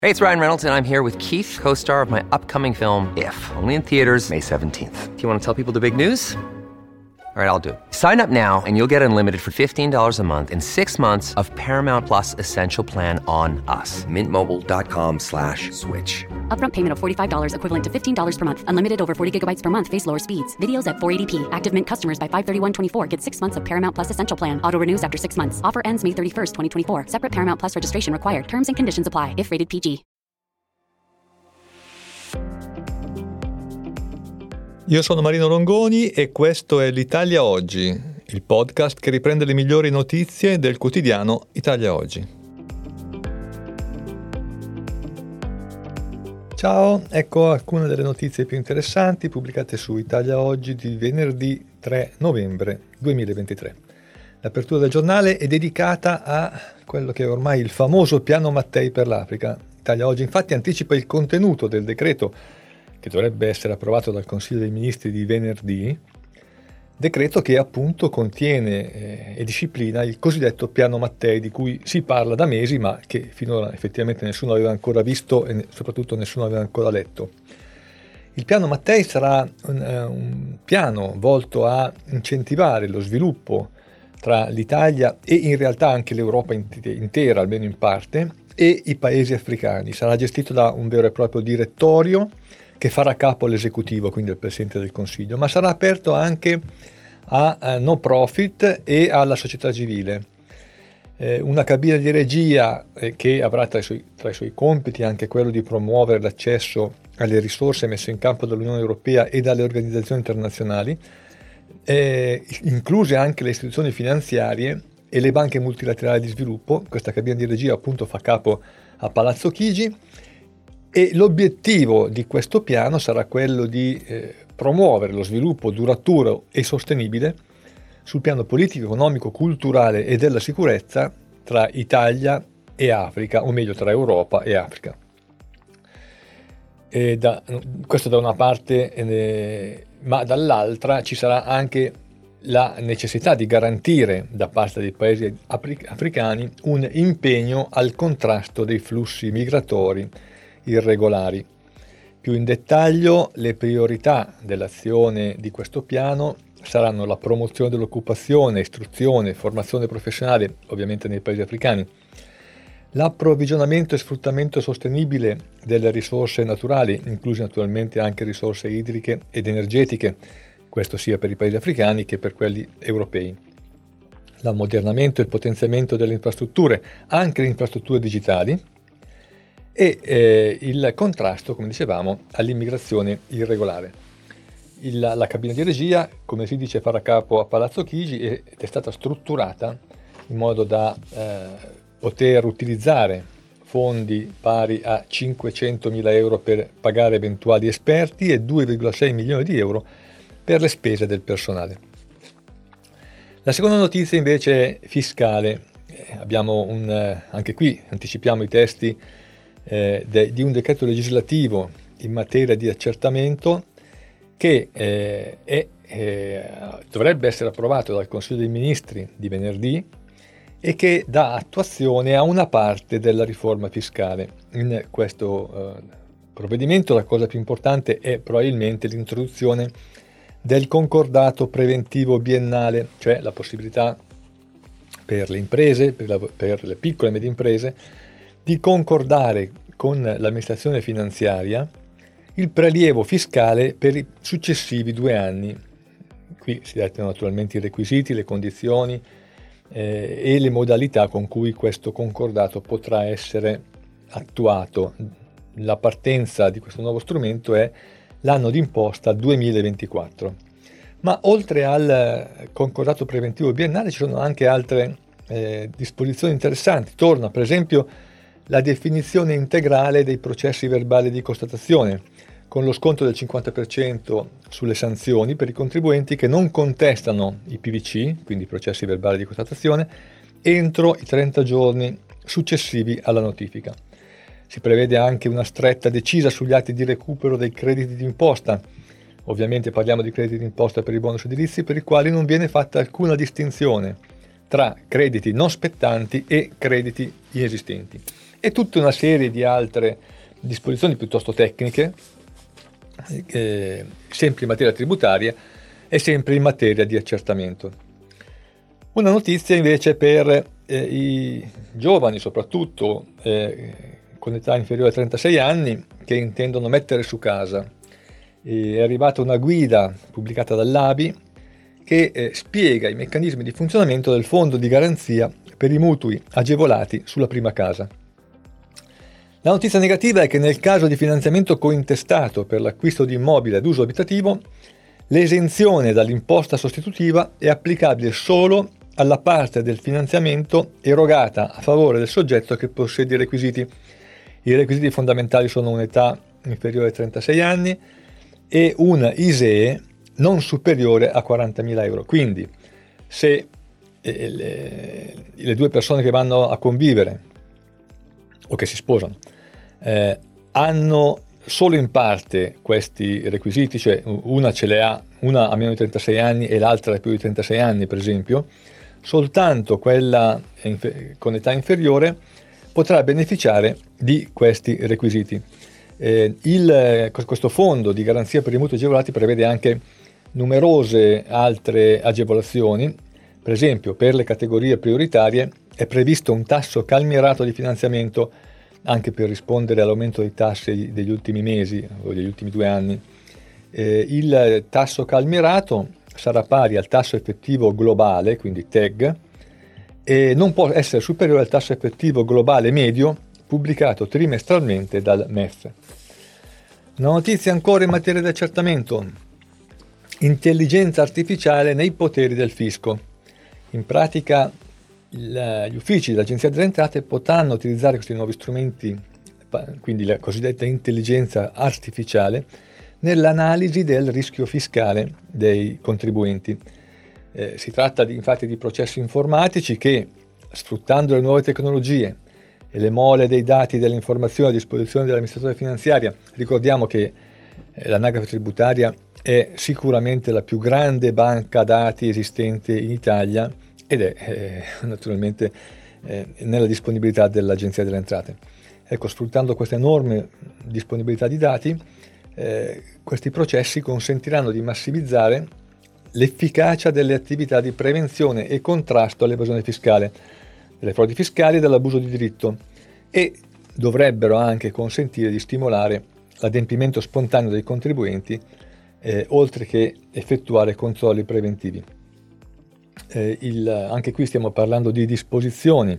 Hey, it's Ryan Reynolds, and I'm here with Keith, co-star of my upcoming film, If, only in theaters May 17th. Do you want to tell people the big news? All right, I'll do it. Sign up now and you'll get unlimited for $15 a month and 6 months of Paramount Plus Essential Plan on us. MintMobile.com/switch. Upfront payment of $45 equivalent to $15 per month. Unlimited over 40 gigabytes per month. Face lower speeds. Videos at 480p. Active Mint customers by 531.24 get 6 months of Paramount Plus Essential Plan. Auto renews after 6 months. Offer ends May 31st, 2024. Separate Paramount Plus registration required. Terms and conditions apply if rated PG. Io sono Marino Longoni e questo è l'Italia Oggi, il podcast che riprende le migliori notizie del quotidiano Italia Oggi. Ciao, ecco alcune delle notizie più interessanti pubblicate su Italia Oggi di venerdì 3 novembre 2023. L'apertura del giornale è dedicata a quello che è ormai il famoso piano Mattei per l'Africa. Italia Oggi infatti anticipa il contenuto del decreto che dovrebbe essere approvato dal Consiglio dei Ministri di venerdì, decreto che appunto contiene e disciplina il cosiddetto piano Mattei, di cui si parla da mesi ma che finora effettivamente nessuno aveva ancora visto e soprattutto nessuno aveva ancora letto. Il piano Mattei sarà un piano volto a incentivare lo sviluppo tra l'Italia e in realtà anche l'Europa intera, almeno in parte, e i paesi africani. Sarà gestito da un vero e proprio direttorio che farà capo all'esecutivo, quindi al Presidente del Consiglio, ma sarà aperto anche a no profit e alla società civile. Una cabina di regia che avrà tra i suoi compiti anche quello di promuovere l'accesso alle risorse messe in campo dall'Unione Europea e dalle organizzazioni internazionali, incluse anche le istituzioni finanziarie e le banche multilaterali di sviluppo. Questa cabina di regia appunto fa capo a Palazzo Chigi. E l'obiettivo di questo piano sarà quello di promuovere lo sviluppo duraturo e sostenibile sul piano politico, economico, culturale e della sicurezza tra Italia e Africa, o meglio tra Europa e Africa. Questo da una parte, ma dall'altra ci sarà anche la necessità di garantire da parte dei paesi africani un impegno al contrasto dei flussi migratori irregolari. Più in dettaglio, le priorità dell'azione di questo piano saranno la promozione dell'occupazione, istruzione, formazione professionale, ovviamente nei paesi africani, l'approvvigionamento e sfruttamento sostenibile delle risorse naturali, incluse naturalmente anche risorse idriche ed energetiche, questo sia per i paesi africani che per quelli europei, l'ammodernamento e il potenziamento delle infrastrutture, anche le infrastrutture digitali, e il contrasto, come dicevamo, all'immigrazione irregolare. La cabina di regia, come si dice, farà capo a Palazzo Chigi ed è stata strutturata in modo da poter utilizzare fondi pari a 500.000 euro per pagare eventuali esperti e 2,6 milioni di euro per le spese del personale. La seconda notizia invece è fiscale. Abbiamo anche qui anticipiamo i testi di un decreto legislativo in materia di accertamento che dovrebbe essere approvato dal Consiglio dei Ministri di venerdì e che dà attuazione a una parte della riforma fiscale. In questo provvedimento la cosa più importante è probabilmente l'introduzione del concordato preventivo biennale, cioè la possibilità per le imprese, per le piccole e medie imprese, di concordare con l'amministrazione finanziaria il prelievo fiscale per i successivi 2 anni. Qui si dettano naturalmente i requisiti, le condizioni e le modalità con cui questo concordato potrà essere attuato. La partenza di questo nuovo strumento è l'anno d'imposta 2024. Ma oltre al concordato preventivo biennale ci sono anche altre disposizioni interessanti. Torna per esempio la definizione integrale dei processi verbali di constatazione, con lo sconto del 50% sulle sanzioni per i contribuenti che non contestano i PVC, quindi i processi verbali di constatazione, entro i 30 giorni successivi alla notifica. Si prevede anche una stretta decisa sugli atti di recupero dei crediti d'imposta. Ovviamente parliamo di crediti d'imposta per i bonus edilizi per i quali non viene fatta alcuna distinzione tra crediti non spettanti e crediti inesistenti. e tutta una serie di altre disposizioni piuttosto tecniche, sempre in materia tributaria e sempre in materia di accertamento. Una notizia invece per i giovani, soprattutto con età inferiore a 36 anni, che intendono mettere su casa. È arrivata una guida pubblicata dall'ABI che spiega i meccanismi di funzionamento del fondo di garanzia per i mutui agevolati sulla prima casa. La notizia negativa è che nel caso di finanziamento cointestato per l'acquisto di immobile ad uso abitativo, l'esenzione dall'imposta sostitutiva è applicabile solo alla parte del finanziamento erogata a favore del soggetto che possiede i requisiti. I requisiti fondamentali sono un'età inferiore ai 36 anni e un ISEE non superiore a 40.000 euro. Quindi se le due persone che vanno a convivere o che si sposano hanno solo in parte questi requisiti, cioè una ce le ha, una ha meno di 36 anni e l'altra ha più di 36 anni per esempio, soltanto quella con età inferiore potrà beneficiare di questi requisiti. Questo fondo di garanzia per i mutui agevolati prevede anche numerose altre agevolazioni. Per esempio, per le categorie prioritarie è previsto un tasso calmierato di finanziamento anche per rispondere all'aumento dei tassi degli ultimi mesi o degli ultimi 2 anni. Il tasso calmierato sarà pari al tasso effettivo globale, quindi TEG, e non può essere superiore al tasso effettivo globale medio pubblicato trimestralmente dal MEF. Una notizia ancora in materia di accertamento: intelligenza artificiale nei poteri del fisco. In pratica gli uffici dell'Agenzia delle Entrate potranno utilizzare questi nuovi strumenti, quindi la cosiddetta intelligenza artificiale, nell'analisi del rischio fiscale dei contribuenti. Si tratta infatti di processi informatici che, sfruttando le nuove tecnologie e le mole dei dati e delle informazioni a disposizione dell'amministratore finanziaria, ricordiamo che l'anagrafe tributaria è sicuramente la più grande banca dati esistente in Italia ed è naturalmente nella disponibilità dell'Agenzia delle Entrate. Ecco, sfruttando questa enorme disponibilità di dati, questi processi consentiranno di massimizzare l'efficacia delle attività di prevenzione e contrasto all'evasione fiscale, delle frodi fiscali e dell'abuso di diritto, e dovrebbero anche consentire di stimolare l'adempimento spontaneo dei contribuenti, oltre che effettuare controlli preventivi. Anche qui stiamo parlando di disposizioni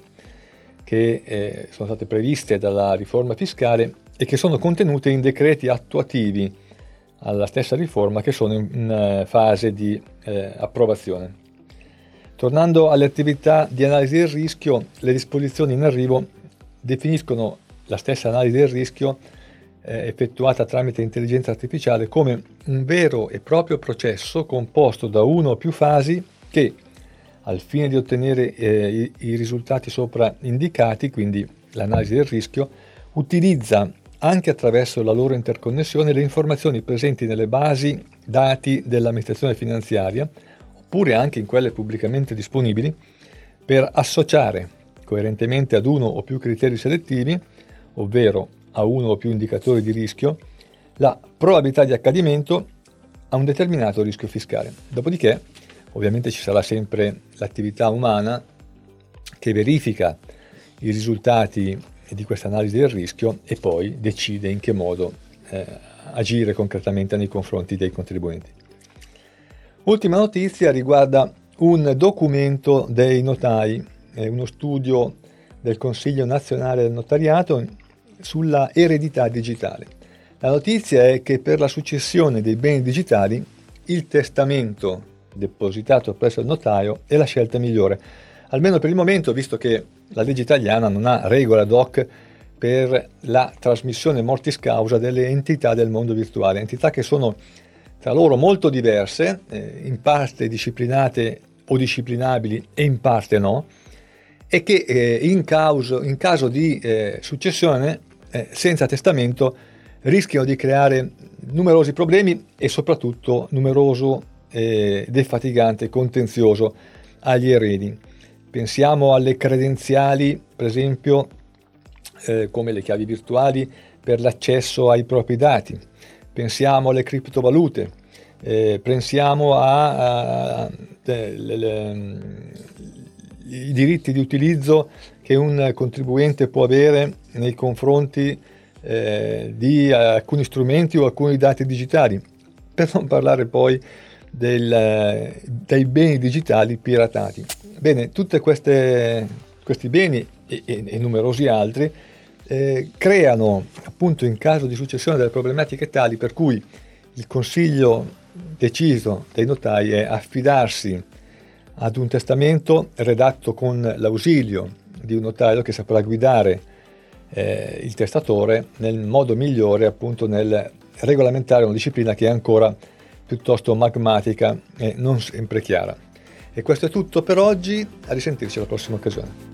che sono state previste dalla riforma fiscale e che sono contenute in decreti attuativi alla stessa riforma che sono in fase di approvazione. Tornando alle attività di analisi del rischio, le disposizioni in arrivo definiscono la stessa analisi del rischio effettuata tramite intelligenza artificiale come un vero e proprio processo composto da una o più fasi che, al fine di ottenere i risultati sopra indicati, quindi l'analisi del rischio, utilizza anche attraverso la loro interconnessione le informazioni presenti nelle basi dati dell'amministrazione finanziaria, oppure anche in quelle pubblicamente disponibili, per associare coerentemente ad uno o più criteri selettivi, ovvero a uno o più indicatori di rischio, la probabilità di accadimento a un determinato rischio fiscale. Dopodiché, ovviamente ci sarà sempre l'attività umana che verifica i risultati di questa analisi del rischio e poi decide in che modo agire concretamente nei confronti dei contribuenti. Ultima notizia riguarda un documento dei notai, uno studio del Consiglio Nazionale del Notariato sulla eredità digitale. La notizia è che per la successione dei beni digitali il testamento depositato presso il notaio è la scelta migliore, almeno per il momento, visto che la legge italiana non ha regole ad hoc per la trasmissione mortis causa delle entità del mondo virtuale, entità che sono tra loro molto diverse, in parte disciplinate o disciplinabili e in parte no, e che in caso di successione senza testamento rischiano di creare numerosi problemi e soprattutto numeroso defatigante contenzioso agli eredi. Pensiamo alle credenziali, per esempio, come le chiavi virtuali per l'accesso ai propri dati, pensiamo alle criptovalute, pensiamo ai diritti di utilizzo che un contribuente può avere nei confronti di alcuni strumenti o alcuni dati digitali, per non parlare poi dei beni digitali piratati. Bene, tutti questi beni e numerosi altri creano, appunto, in caso di successione, delle problematiche tali per cui il consiglio deciso dai notai è affidarsi ad un testamento redatto con l'ausilio di un notaio che saprà guidare il testatore nel modo migliore, appunto, nel regolamentare una disciplina che è ancora piuttosto magmatica e non sempre chiara. E questo è tutto per oggi, a risentirci alla prossima occasione.